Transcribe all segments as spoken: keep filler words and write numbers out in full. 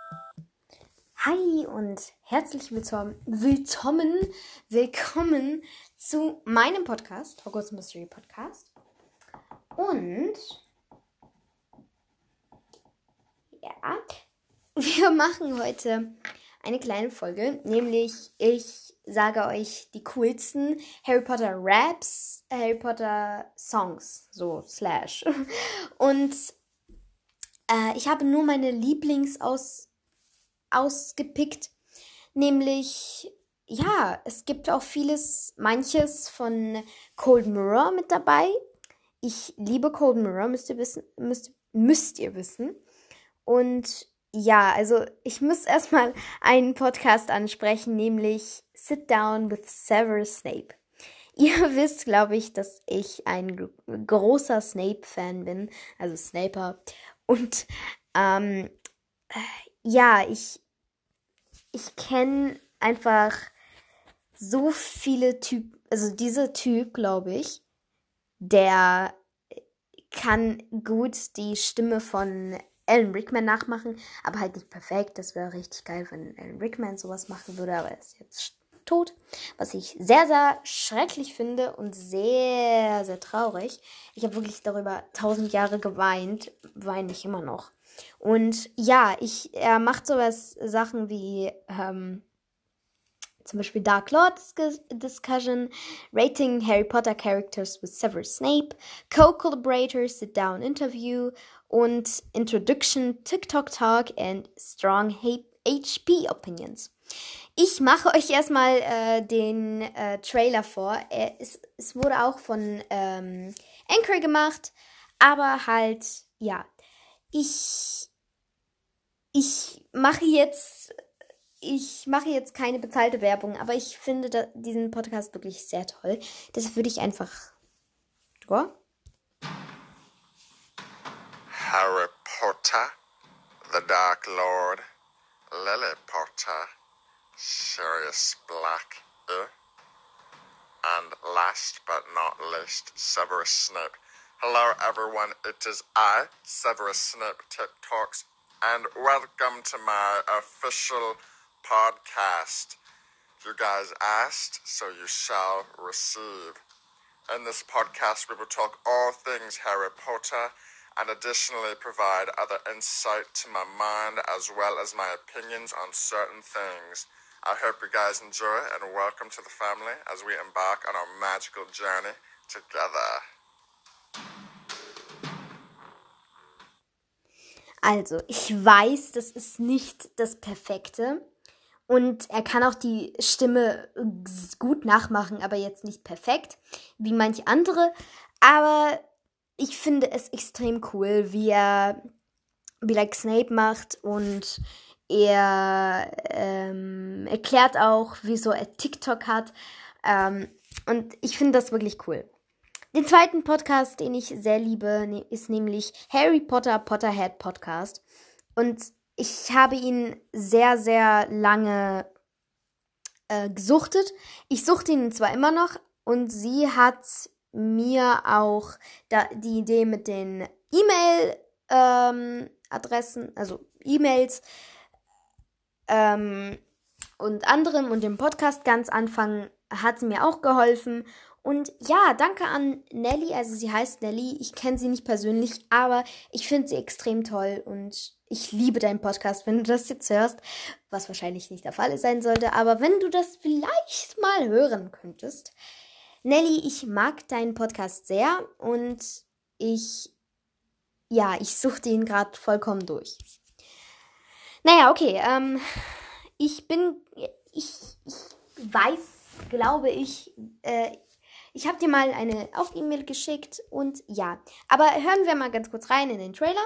Hi und herzlich willkommen, willkommen, willkommen zu meinem Podcast, Hogwarts Mystery Podcast. Und ja, wir machen heute eine kleine Folge, nämlich ich sage euch die coolsten Harry Potter Raps, Harry Potter Songs, so slash. Und äh, ich habe nur meine Lieblings aus ausgepickt, nämlich, ja, es gibt auch vieles, manches von Cold Mirror mit dabei. Ich liebe Cold Mirror, müsst ihr wissen, müsst, müsst ihr wissen. Und ja, also ich muss erstmal einen Podcast ansprechen, nämlich Sit Down with Severus Snape. Ihr wisst, glaube ich, dass ich ein g- großer Snape-Fan bin, also Snaper. Und ähm, ja, ich, ich kenne einfach so viele Typen, also dieser Typ, glaube ich, der kann gut die Stimme von Alan Rickman nachmachen, aber halt nicht perfekt. Das wäre richtig geil, wenn Alan Rickman sowas machen würde, aber er ist jetzt tot. Was ich sehr, sehr schrecklich finde und sehr, sehr traurig. Ich habe wirklich darüber tausend Jahre geweint, weine ich immer noch. Und ja, ich, er macht sowas, Sachen wie, ähm, zum Beispiel Dark Lords Discussion, Rating Harry Potter Characters with Severus Snape, Co-Collaborator Sit Down Interview und Introduction TikTok Talk and Strong H P Opinions. Ich mache euch erstmal äh, den äh, Trailer vor. Er, es, es wurde auch von ähm, Anchor gemacht, aber halt, ja, ich, ich mache jetzt Ich mache jetzt keine bezahlte Werbung, aber ich finde da, diesen Podcast wirklich sehr toll. Das würde ich einfach. Ja? Harry Potter, the Dark Lord, Lily Potter, Sirius Black, eh? And last but not least, Severus Snape. Hello everyone, it is I, Severus Snape TikToks, and welcome to my official podcast. You guys asked, so you shall receive. In this podcast, we will talk all things Harry Potter and additionally provide other insight to my mind as well as my opinions on certain things. I hope you guys enjoy and welcome to the family as we embark on our magical journey together. Also, ich weiß, das ist nicht das Perfekte. Und er kann auch die Stimme gut nachmachen, aber jetzt nicht perfekt, wie manche andere. Aber ich finde es extrem cool, wie er wie like Snape macht und er ähm, erklärt auch, wieso er TikTok hat. Ähm, und ich finde das wirklich cool. Den zweiten Podcast, den ich sehr liebe, ne- ist nämlich Harry Potter Potterhead Podcast. Und ich habe ihn sehr, sehr lange äh, gesuchtet. Ich suchte ihn zwar immer noch und sie hat mir auch da, die Idee mit den E-Mail-Adressen, also E-Mails ähm, und anderem und dem Podcast ganz anfangen, hat sie mir auch geholfen. Und ja, danke an Nelly, also sie heißt Nelly, ich kenne sie nicht persönlich, aber ich finde sie extrem toll und ich liebe deinen Podcast, wenn du das jetzt hörst, was wahrscheinlich nicht der Fall sein sollte, aber wenn du das vielleicht mal hören könntest. Nelly, ich mag deinen Podcast sehr und ich, ja, ich suchte ihn gerade vollkommen durch. Naja, okay, ähm, ich bin, ich, ich weiß, glaube ich, äh, ich habe dir mal eine auf E-Mail geschickt und ja. Aber hören wir mal ganz kurz rein in den Trailer.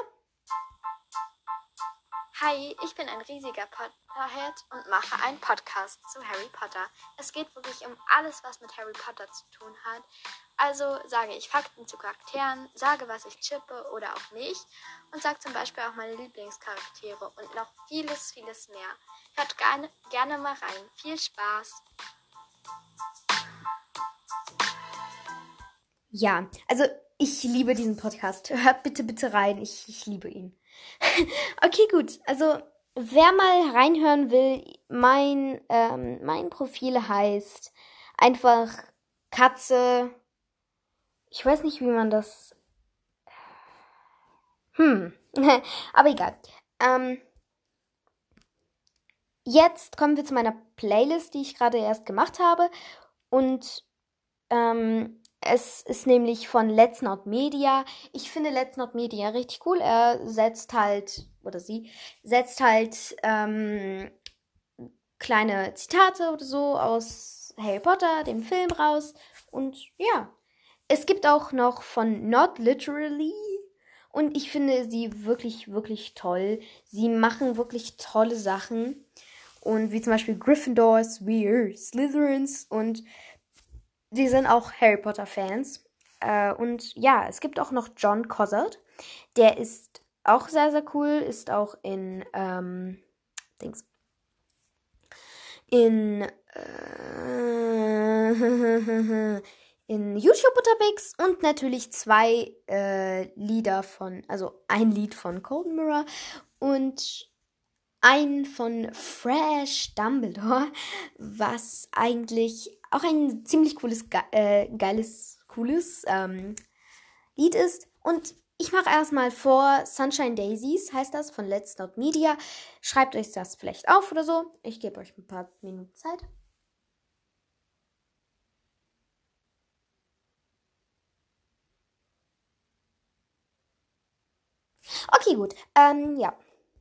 Hi, ich bin ein riesiger Potterhead und mache einen Podcast zu Harry Potter. Es geht wirklich um alles, was mit Harry Potter zu tun hat. Also sage ich Fakten zu Charakteren, sage, was ich chippe oder auch nicht und sage zum Beispiel auch meine Lieblingscharaktere und noch vieles, vieles mehr. Hört gerne, gerne mal rein. Viel Spaß! Ja, also ich liebe diesen Podcast. Hört bitte, bitte rein. Ich, ich liebe ihn. Okay, gut. Also wer mal reinhören will, mein, ähm, mein Profil heißt einfach Katze. Ich weiß nicht, wie man das... Hm, aber egal. Ähm, jetzt kommen wir zu meiner Playlist, die ich gerade erst gemacht habe. Und ähm, es ist nämlich von Let's Not Media. Ich finde Let's Not Media richtig cool. Er setzt halt, oder sie, setzt halt ähm, kleine Zitate oder so aus Harry Potter, dem Film raus. Und ja, es gibt auch noch von Not Literally. Und ich finde sie wirklich, wirklich toll. Sie machen wirklich tolle Sachen. Und wie zum Beispiel Gryffindors, we're Slytherins. Und die sind auch Harry Potter Fans. Äh, und ja, es gibt auch noch John Cossard. Der ist auch sehr, sehr cool. Ist auch in, ähm, Dings. In, äh, in YouTube unterwegs und natürlich zwei äh, Lieder von, also ein Lied von Golden Mirror und ein von Fresh Dumbledore, was eigentlich auch ein ziemlich cooles, ge äh, geiles, cooles ähm, Lied ist. Und ich mache erstmal vor, Sunshine Daisies heißt das, von Let's Not Media. Schreibt euch das vielleicht auf oder so. Ich gebe euch ein paar Minuten Zeit. Okay, gut. Ähm, ja.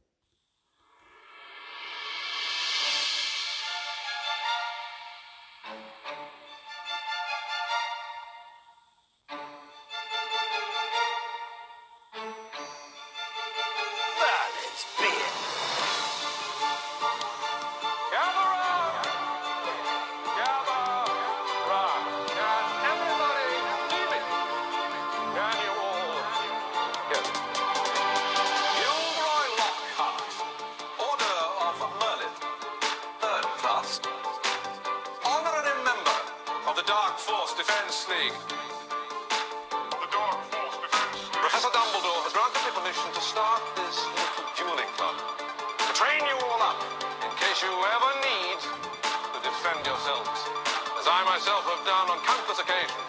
Defense League. The Dark Force Defense League. Professor Dumbledore has granted me permission to start this little dueling club. To train you all up, in case you ever need to defend yourselves. As I myself have done on countless occasions.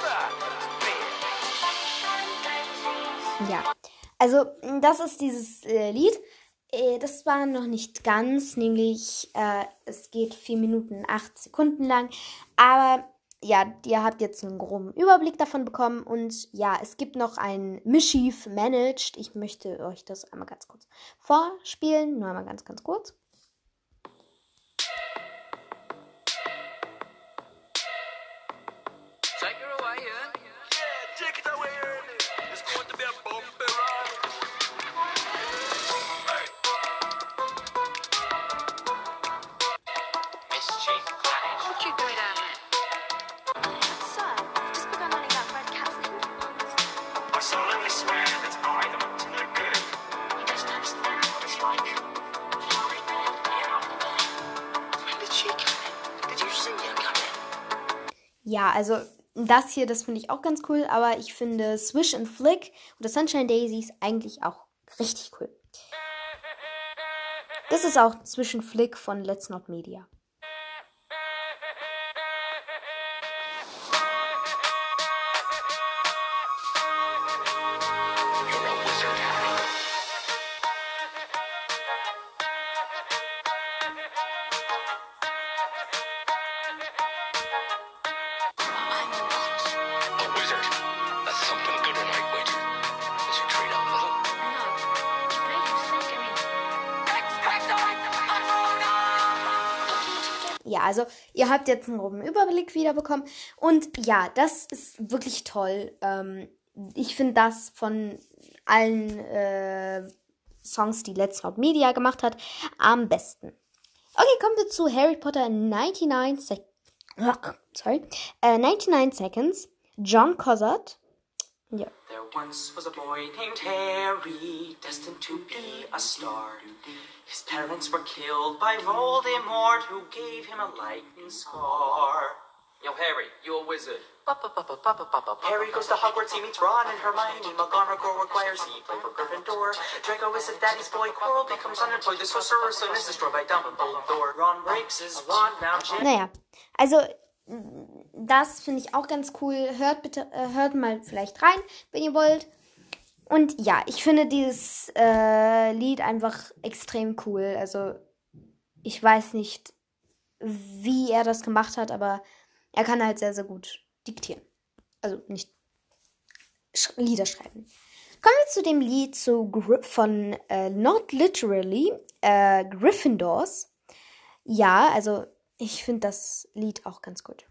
Ja, also das ist dieses äh, Lied. Äh, das war noch nicht ganz, nämlich äh, es geht vier Minuten acht Sekunden lang. Aber ja, ihr habt jetzt einen groben Überblick davon bekommen und ja, es gibt noch ein Mischief Managed. Ich möchte euch das einmal ganz kurz vorspielen, nur einmal ganz, ganz kurz. Take her away, Ian. Yeah, take it away, Ian. It's going to be a bumpy ride. Mischief Managed. What you doing down there? Solemnly swear that I am up to no good. You just understand what it's like. When did she come in? Did you see her come in? Ja, also das hier, das finde ich auch ganz cool, aber ich finde Swish and Flick oder Sunshine Daisies eigentlich auch richtig cool. Das ist auch Swish and Flick von Let's Not Media. Ja, also ihr habt jetzt einen groben Überblick wieder bekommen. Und ja, das ist wirklich toll. Ähm, ich finde das von allen äh, Songs, die Let's Not Media gemacht hat, am besten. Okay, kommen wir zu Harry Potter neunundneunzig Sek- Sorry. Äh, neunundneunzig Seconds. John Cossard. Ja. There once was a boy named Harry, destined to be a star. His parents were killed by Voldemort, who gave him a lightning scar. Yo, Harry, you a wizard. Harry goes to Hogwarts, he meets Ron and Hermione. McGonagall requires he play for Gryffindor. Draco is a daddy's boy, Quirrell becomes unemployed. The Sorcerer's Stone is destroyed by Dumbledore. Ron breaks his wand, now Jim... Naja, also das finde ich auch ganz cool. Hört bitte, äh, hört mal vielleicht rein, wenn ihr wollt. Und ja, ich finde dieses äh, Lied einfach extrem cool. Also ich weiß nicht, wie er das gemacht hat, aber er kann halt sehr, sehr gut diktieren. Also nicht sch- Lieder schreiben. Kommen wir zu dem Lied zu Gry- von äh, Not Literally, äh, Gryffindors. Ja, also ich finde das Lied auch ganz gut.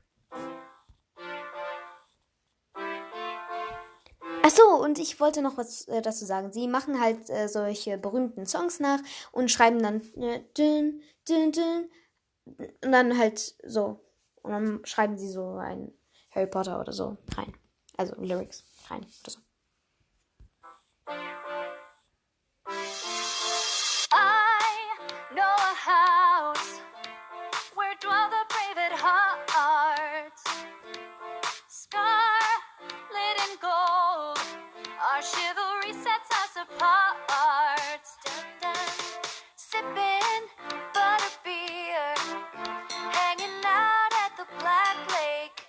Achso, und ich wollte noch was äh, dazu sagen. Sie machen halt äh, solche berühmten Songs nach und schreiben dann äh, dün, dün, dün, und dann halt so. Und dann schreiben sie so ein Harry Potter oder so rein. Also Lyrics rein oder so. I know a house where dwell the brave at heart. Scarlet and gold, our chivalry sets us apart. Dun, dun. Sipping butterbeer, hanging out at the Black Lake.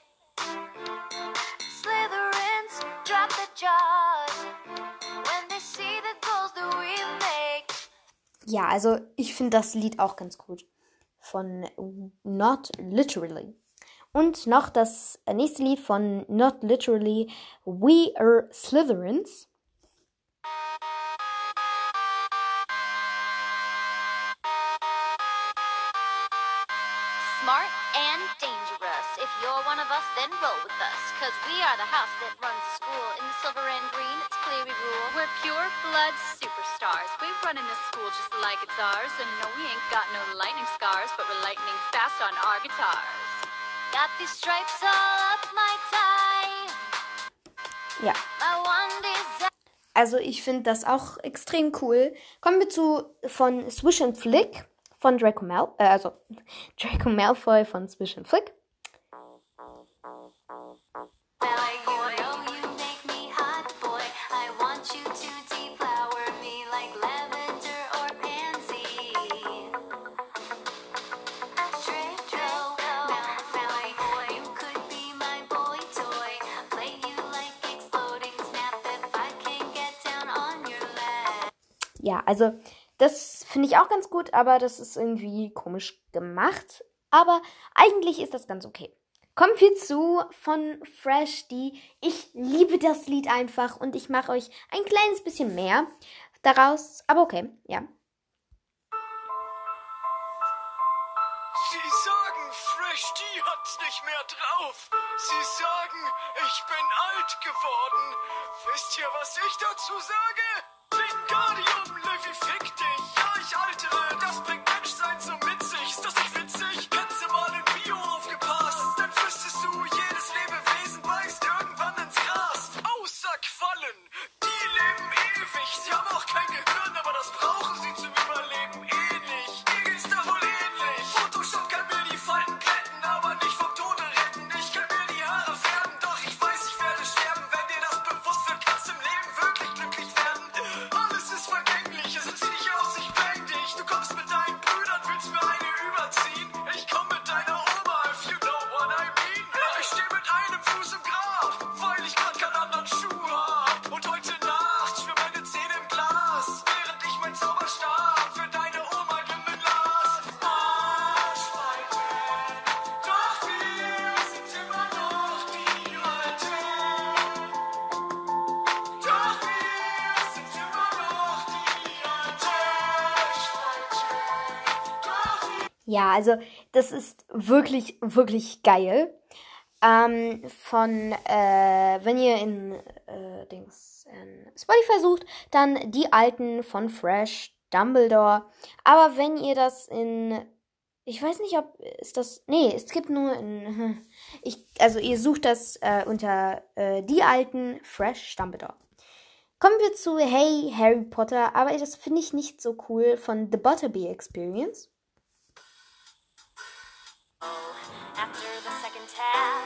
Slytherins drop the jaws when they see the goals that we make. Ja, also ich finde das Lied auch ganz gut. Von Not Literally. Und noch das nächste Lied von Not Literally, We Are Slytherins. Smart and dangerous. If you're one of us, then roll with us. Cause we are the house that runs the school. In the silver and green, it's clear we rule. We're pure blood superstars. We run in this school just like it's ours. And no, we ain't got no lightning scars, but we're lightning fast on our guitars. Got these stripes all up my tie. Ja, My one desire. also ich finde das auch extrem cool. Kommen wir zu von Swish and Flick von Draco Mal äh, also Draco Malfoy von Swish and Flick. Well, you know you make me hot, boy. I want you to deflower me like lavender or pansy. Draco Malfoy, you could be my boy toy. Play you like exploding snap if I can get down on your lap. Ja, also das finde ich auch ganz gut, aber das ist irgendwie komisch gemacht. Aber eigentlich ist das ganz okay. Kommen wir zu von Fresh D. Ich liebe das Lied einfach und ich mache euch ein kleines bisschen mehr daraus. Aber okay, ja. Sie sagen, Fresh D hat's nicht mehr drauf. Sie sagen, ich bin alt geworden. Wisst ihr, was ich dazu sage? Wingardium Leviosa, ja, ich altere. Das bringt Menschsein so mit sich. Ist das nicht witzig? Hättest du mal in Bio aufgepasst, dann wüsstest du, jedes Lebewesen beißt irgendwann ins Gras. Außer Quallen, die leben ewig. Sie haben auch kein Gehirn, aber das brauchen sie zum Überleben eh nicht. Mir geht's da wohl ähnlich. Photoshop kann mir die Falten glätten, aber nicht vom Tode retten. Ich kann mir die Haare färben, doch ich weiß, ich werde sterben. Wenn dir das bewusst wird, kannst du im Leben wirklich glücklich werden. Alles ist vergänglich, es ist nicht aus, ich bang dich. Du kommst mit deinen Brüdern, willst mir eine überziehen. Ich komm mit deiner Oma, if you know what I mean. Ich steh mit einem Fuß im Grab, weil ich grad keinen anderen Schuh hab. Und heute Nacht schwimmen meine Zähne im Glas, während ich mein Zauberstab für deine Oma dimmen las. Arschweite, doch wir sind immer noch die Alten. Doch wir sind immer noch die Alten. Ja, also das ist wirklich, wirklich geil. Ähm, von, äh, wenn ihr in, äh, Dings, in Spotify sucht, dann die alten von Fresh, Dumbledore. Aber wenn ihr das in, ich weiß nicht, ob, ist das, nee, es gibt nur in, ich, also ihr sucht das äh, unter äh, die alten Fresh, Dumbledore. Kommen wir zu Hey Harry Potter, aber das finde ich nicht so cool von The Butterbeer Experience. After the second tab,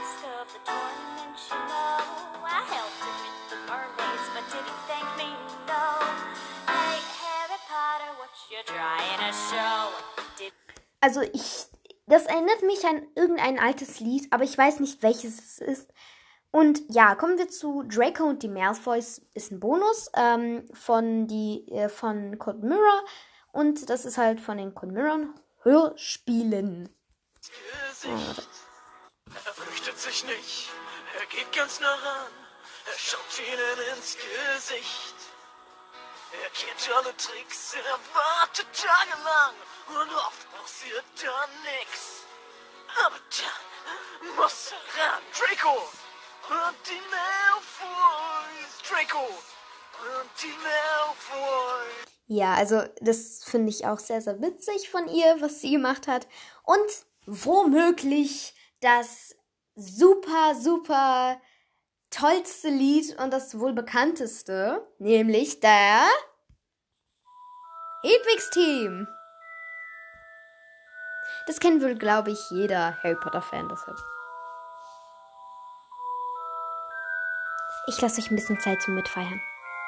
Also ich, das erinnert mich an irgendein altes Lied, aber ich weiß nicht, welches es ist. Und ja, kommen wir zu Draco und die Malfoys. Ist ein Bonus ähm, von, die, äh, von Cold Mirror. Und das ist halt von den Cold Mirror Hörspielen. Gesicht. Er fürchtet sich nicht, er geht ganz nah ran, er schaut ihnen ins Gesicht. Er kennt alle Tricks, er wartet tagelang und oft passiert dann nix. Aber dann muss er ran, Draco und die Malfoys, Draco und die Malfoys. Ja, also das finde ich auch sehr, sehr witzig von ihr, was sie gemacht hat. Und womöglich das super, super tollste Lied und das wohl bekannteste, nämlich der Hedwigs Team. Das kennt wohl, glaube ich, jeder Harry Potter-Fan deshalb. Ich lasse euch ein bisschen Zeit zum Mitfeiern.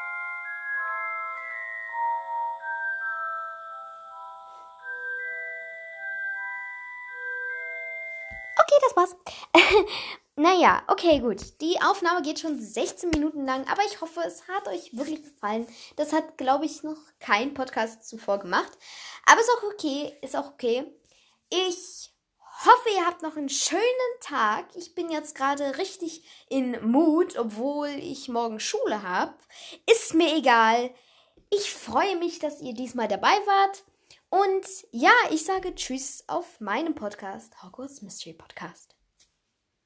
Okay, das war's. Naja, okay, gut. Die Aufnahme geht schon sechzehn Minuten lang, aber ich hoffe, es hat euch wirklich gefallen. Das hat, glaube ich, noch kein Podcast zuvor gemacht. Aber ist auch okay, ist auch okay. Ich hoffe, ihr habt noch einen schönen Tag. Ich bin jetzt gerade richtig in Mood, obwohl ich morgen Schule habe. Ist mir egal. Ich freue mich, dass ihr diesmal dabei wart. Und ja, ich sage Tschüss auf meinem Podcast, Hogwarts Mystery Podcast.